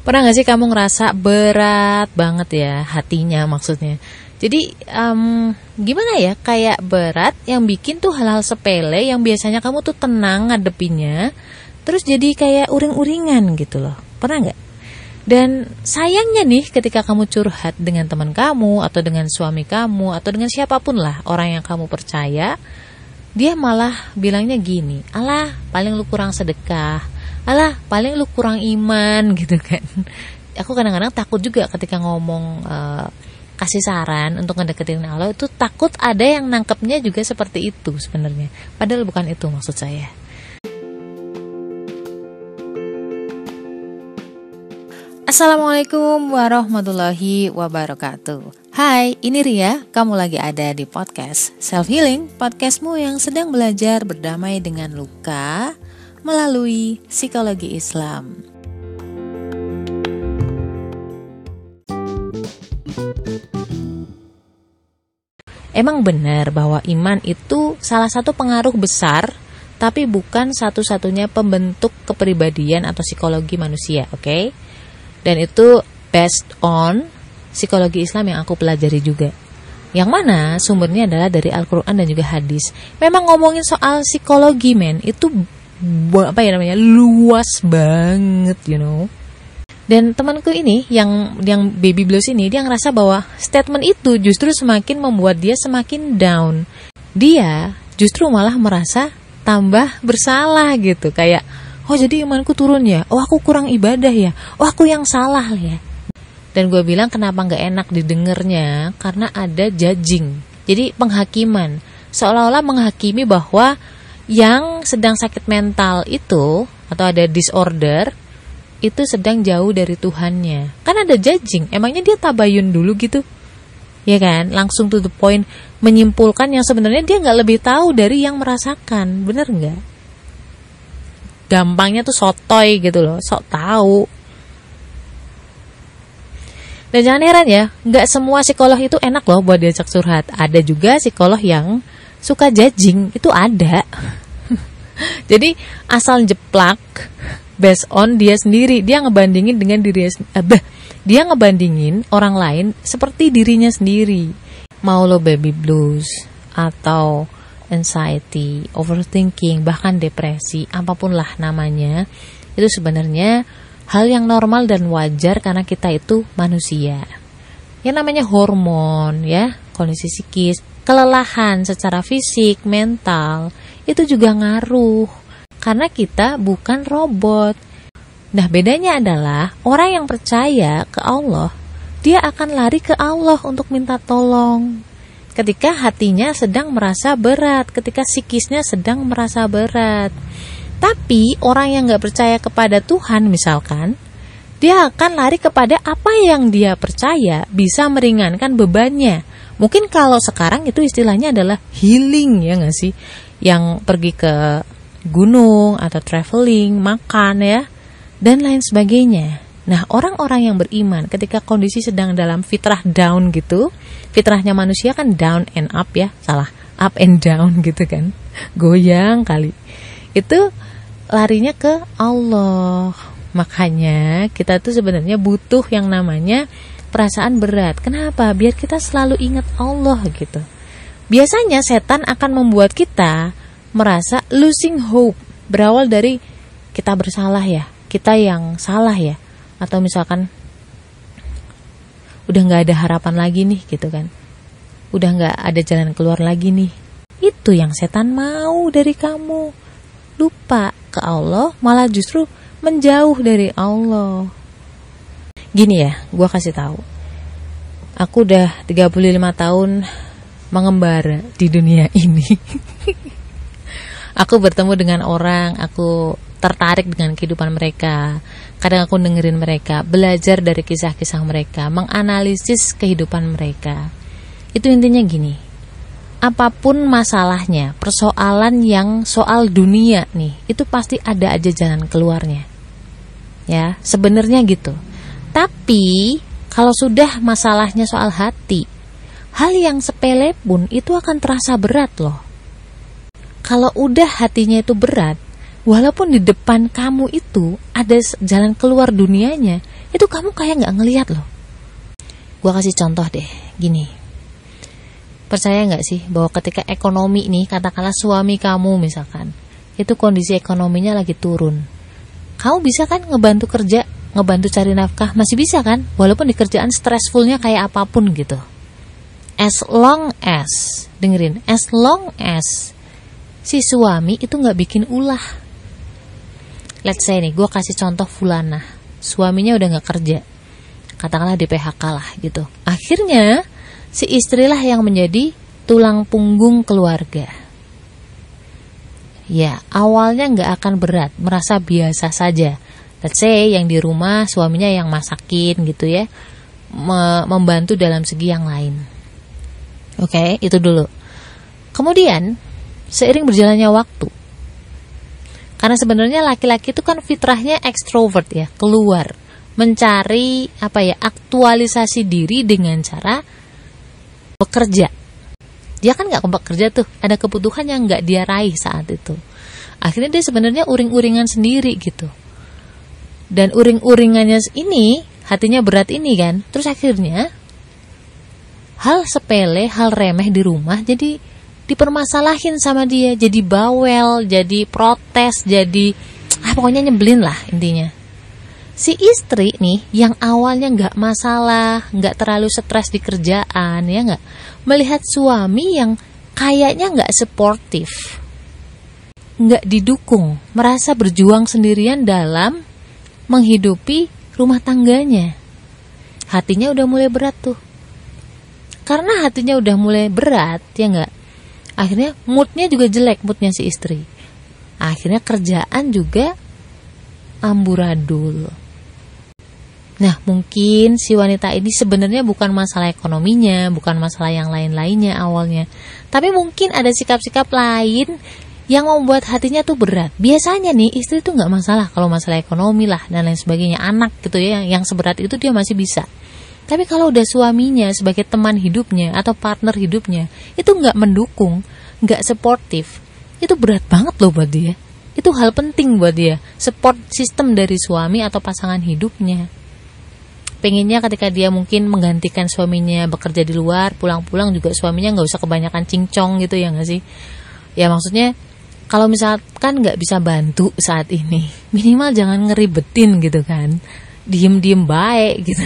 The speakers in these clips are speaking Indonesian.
Pernah gak sih kamu ngerasa berat banget ya hatinya maksudnya? Jadi gimana ya, kayak berat yang bikin tuh hal-hal sepele yang biasanya kamu tuh tenang ngadepinnya, terus jadi kayak uring-uringan gitu loh. Pernah gak? Dan sayangnya nih, ketika kamu curhat dengan teman kamu atau dengan suami kamu atau dengan siapapun lah orang yang kamu percaya, dia malah bilangnya gini, alah paling lu kurang sedekah, alah paling lu kurang iman gitu kan. Aku kadang-kadang takut juga ketika ngomong kasih saran untuk ngedeketin Allah, itu takut ada yang nangkepnya juga seperti itu sebenarnya. Padahal bukan itu maksud saya. Assalamualaikum warahmatullahi wabarakatuh. Hai, ini Ria, kamu lagi ada di podcast Self Healing, podcastmu yang sedang belajar berdamai dengan luka melalui psikologi Islam. Emang benar bahwa iman itu salah satu pengaruh besar, tapi bukan satu-satunya pembentuk kepribadian atau psikologi manusia, oke? Dan itu based on psikologi Islam yang aku pelajari juga. Yang mana sumbernya adalah dari Al-Quran dan juga hadis. Memang ngomongin soal psikologi itu luas banget, you know. Dan temanku ini yang baby blues ini, dia ngerasa bahwa statement itu justru semakin membuat dia semakin down. Dia justru malah merasa tambah bersalah gitu, kayak oh jadi imanku turun ya, oh aku kurang ibadah ya, oh aku yang salah ya. Dan gue bilang kenapa gak enak didengarnya, karena ada judging, jadi penghakiman, seolah-olah menghakimi bahwa yang sedang sakit mental itu atau ada disorder itu sedang jauh dari Tuhannya. Kan ada judging, emangnya dia tabayun dulu gitu, ya kan, langsung to the point, menyimpulkan yang sebenarnya dia gak lebih tahu dari yang merasakan, bener gak? Gampangnya tuh sotoy gitu loh, sok tahu. Dan jangan heran ya, gak semua psikolog itu enak loh buat diajak curhat. Ada juga psikolog yang suka judging, itu ada. Jadi asal jeplak based on dia sendiri, dia ngebandingin dengan dia ngebandingin orang lain seperti dirinya sendiri. Mau lo baby blues atau anxiety, overthinking, bahkan depresi, apapun lah namanya, itu sebenarnya hal yang normal dan wajar karena kita itu manusia. Yang namanya hormon ya, kondisi psikis, kelelahan secara fisik, mental, itu juga ngaruh karena kita bukan robot. Nah, bedanya adalah orang yang percaya ke Allah, dia akan lari ke Allah untuk minta tolong. Ketika hatinya sedang merasa berat, ketika psikisnya sedang merasa berat. Tapi orang yang gak percaya kepada Tuhan misalkan, dia akan lari kepada apa yang dia percaya bisa meringankan bebannya. Mungkin kalau sekarang itu istilahnya adalah healing, ya gak sih? Yang pergi ke gunung atau traveling, makan ya, dan lain sebagainya. Nah, orang-orang yang beriman ketika kondisi sedang dalam fitrah down gitu, fitrahnya manusia kan down and up ya, salah, up and down gitu kan, goyang kali, itu larinya ke Allah. Makanya kita tuh sebenarnya butuh yang namanya perasaan berat. Kenapa? Biar kita selalu ingat Allah gitu. Biasanya setan akan membuat kita merasa losing hope, berawal dari kita bersalah ya, kita yang salah ya, atau misalkan udah gak ada harapan lagi nih gitu kan, udah gak ada jalan keluar lagi nih. Itu yang setan mau dari kamu, lupa ke Allah, malah justru menjauh dari Allah. Gini ya, gue kasih tahu, aku udah 35 tahun mengembara di dunia ini. Aku bertemu dengan orang, aku tertarik dengan kehidupan mereka. Kadang aku dengerin mereka, belajar dari kisah-kisah mereka, menganalisis kehidupan mereka. Itu intinya gini, apapun masalahnya, persoalan yang soal dunia nih, itu pasti ada aja jalan keluarnya. Ya, sebenarnya gitu. Tapi kalau sudah masalahnya soal hati, hal yang sepele pun itu akan terasa berat loh. Kalau udah hatinya itu berat, walaupun di depan kamu itu ada jalan keluar dunianya, itu kamu kayak nggak ngelihat loh. Gua kasih contoh deh, gini. Percaya nggak sih bahwa ketika ekonomi nih, katakanlah suami kamu misalkan, itu kondisi ekonominya lagi turun, kamu bisa kan ngebantu kerja, ngebantu cari nafkah, masih bisa kan, walaupun di kerjaan stressfulnya kayak apapun gitu. As long as, dengerin, as long as si suami itu nggak bikin ulah. Let's say nih, gue kasih contoh Fulana, suaminya udah nggak kerja, katakanlah di PHK lah gitu. Akhirnya si istrilah yang menjadi tulang punggung keluarga. Ya, awalnya nggak akan berat, merasa biasa saja. Let's say yang di rumah suaminya yang masakin gitu ya, membantu dalam segi yang lain. Oke, itu dulu. Kemudian seiring berjalannya waktu, karena sebenarnya laki-laki itu kan fitrahnya ekstrovert ya, keluar mencari aktualisasi diri dengan cara bekerja. Dia kan nggak bekerja tuh, ada kebutuhan yang nggak dia raih saat itu. Akhirnya dia sebenarnya uring-uringan sendiri gitu. Dan uring-uringannya ini, hatinya berat ini kan. Terus akhirnya hal sepele, hal remeh di rumah jadi dipermasalahin sama dia, jadi bawel, jadi protes, jadi pokoknya nyebelin lah intinya. Si istri nih yang awalnya nggak masalah, nggak terlalu stres di kerjaan, ya nggak, melihat suami yang kayaknya nggak suportif, nggak didukung, merasa berjuang sendirian dalam menghidupi rumah tangganya, hatinya udah mulai berat tuh. Karena hatinya udah mulai berat, ya nggak, akhirnya moodnya juga jelek, moodnya si istri. Akhirnya kerjaan juga amburadul. Nah, mungkin si wanita ini sebenarnya bukan masalah ekonominya, bukan masalah yang lain-lainnya awalnya. Tapi mungkin ada sikap-sikap lain yang membuat hatinya tuh berat. Biasanya nih istri tuh nggak masalah kalau masalah ekonomi lah dan lain sebagainya, anak gitu ya, yang seberat itu dia masih bisa. Tapi kalau udah suaminya sebagai teman hidupnya atau partner hidupnya itu nggak mendukung, nggak suportif, itu berat banget loh buat dia. Itu hal penting buat dia, support system dari suami atau pasangan hidupnya. Pengennya ketika dia mungkin menggantikan suaminya bekerja di luar, pulang-pulang juga suaminya nggak usah kebanyakan cincong gitu ya nggak sih? Ya maksudnya kalau misalkan nggak bisa bantu saat ini, minimal jangan ngeribetin gitu kan, diem-diem baik gitu.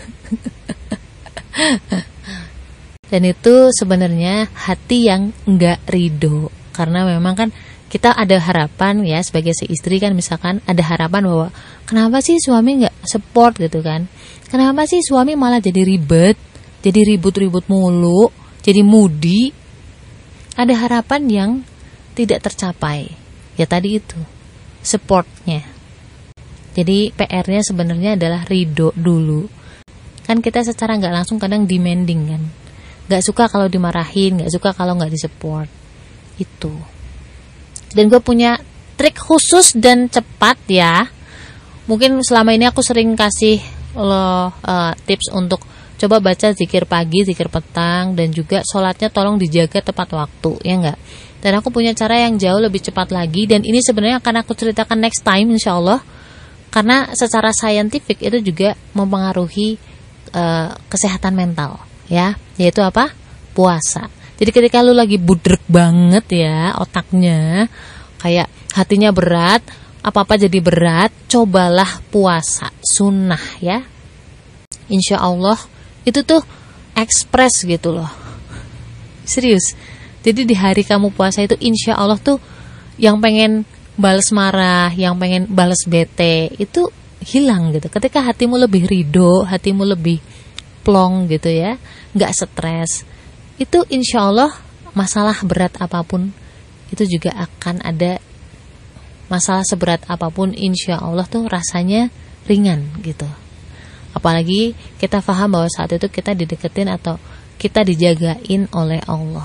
Dan itu sebenarnya hati yang nggak ridho, karena memang kan kita ada harapan ya sebagai si istri kan, misalkan ada harapan bahwa kenapa sih suami nggak support gitu kan, kenapa sih suami malah jadi ribet, jadi ribut-ribut mulu, jadi moody. Ada harapan yang tidak tercapai, ya tadi itu supportnya. Jadi PR-nya sebenarnya adalah ridho dulu. Kan kita secara nggak langsung kadang demanding kan, nggak suka kalau dimarahin, nggak suka kalau nggak disupport itu. Dan gue punya trik khusus dan cepat ya. Mungkin selama ini aku sering kasih lo tips untuk coba baca zikir pagi, zikir petang, dan juga sholatnya tolong dijaga tepat waktu, ya enggak. Dan aku punya cara yang jauh lebih cepat lagi, dan ini sebenarnya akan aku ceritakan next time insya Allah, karena secara saintifik itu juga mempengaruhi kesehatan mental ya, yaitu apa? Puasa. Jadi ketika lu lagi budrek banget ya otaknya, kayak hatinya berat, apa-apa jadi berat, cobalah puasa sunnah ya. Insya Allah itu tuh ekspres gitu loh, serius. Jadi di hari kamu puasa itu insya Allah tuh yang pengen bales marah, yang pengen bales bete itu hilang gitu. Ketika hatimu lebih ridho, hatimu lebih plong gitu ya, nggak stres, itu insya Allah masalah berat apapun itu juga akan ada, masalah seberat apapun insya Allah tuh rasanya ringan gitu. Apalagi kita paham bahwa saat itu kita dideketin atau kita dijagain oleh Allah.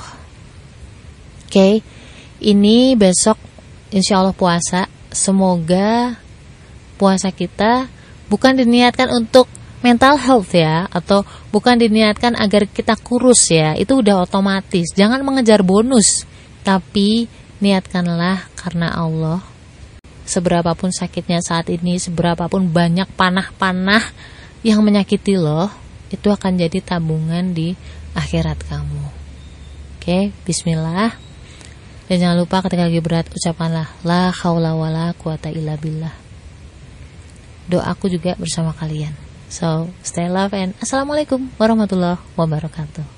Oke, ini besok insya Allah puasa. Semoga puasa kita bukan diniatkan untuk mental health ya, atau bukan diniatkan agar kita kurus ya, itu udah otomatis. Jangan mengejar bonus, tapi niatkanlah karena Allah. seberapapun sakitnya saat ini, seberapapun banyak panah-panah yang menyakiti lo, itu akan jadi tabungan di akhirat kamu. Oke, bismillah. Dan jangan lupa ketika lagi berat, ucapkanlah la haula wala quwata illa billah. Doaku juga bersama kalian. So, stay love and assalamualaikum warahmatullahi wabarakatuh.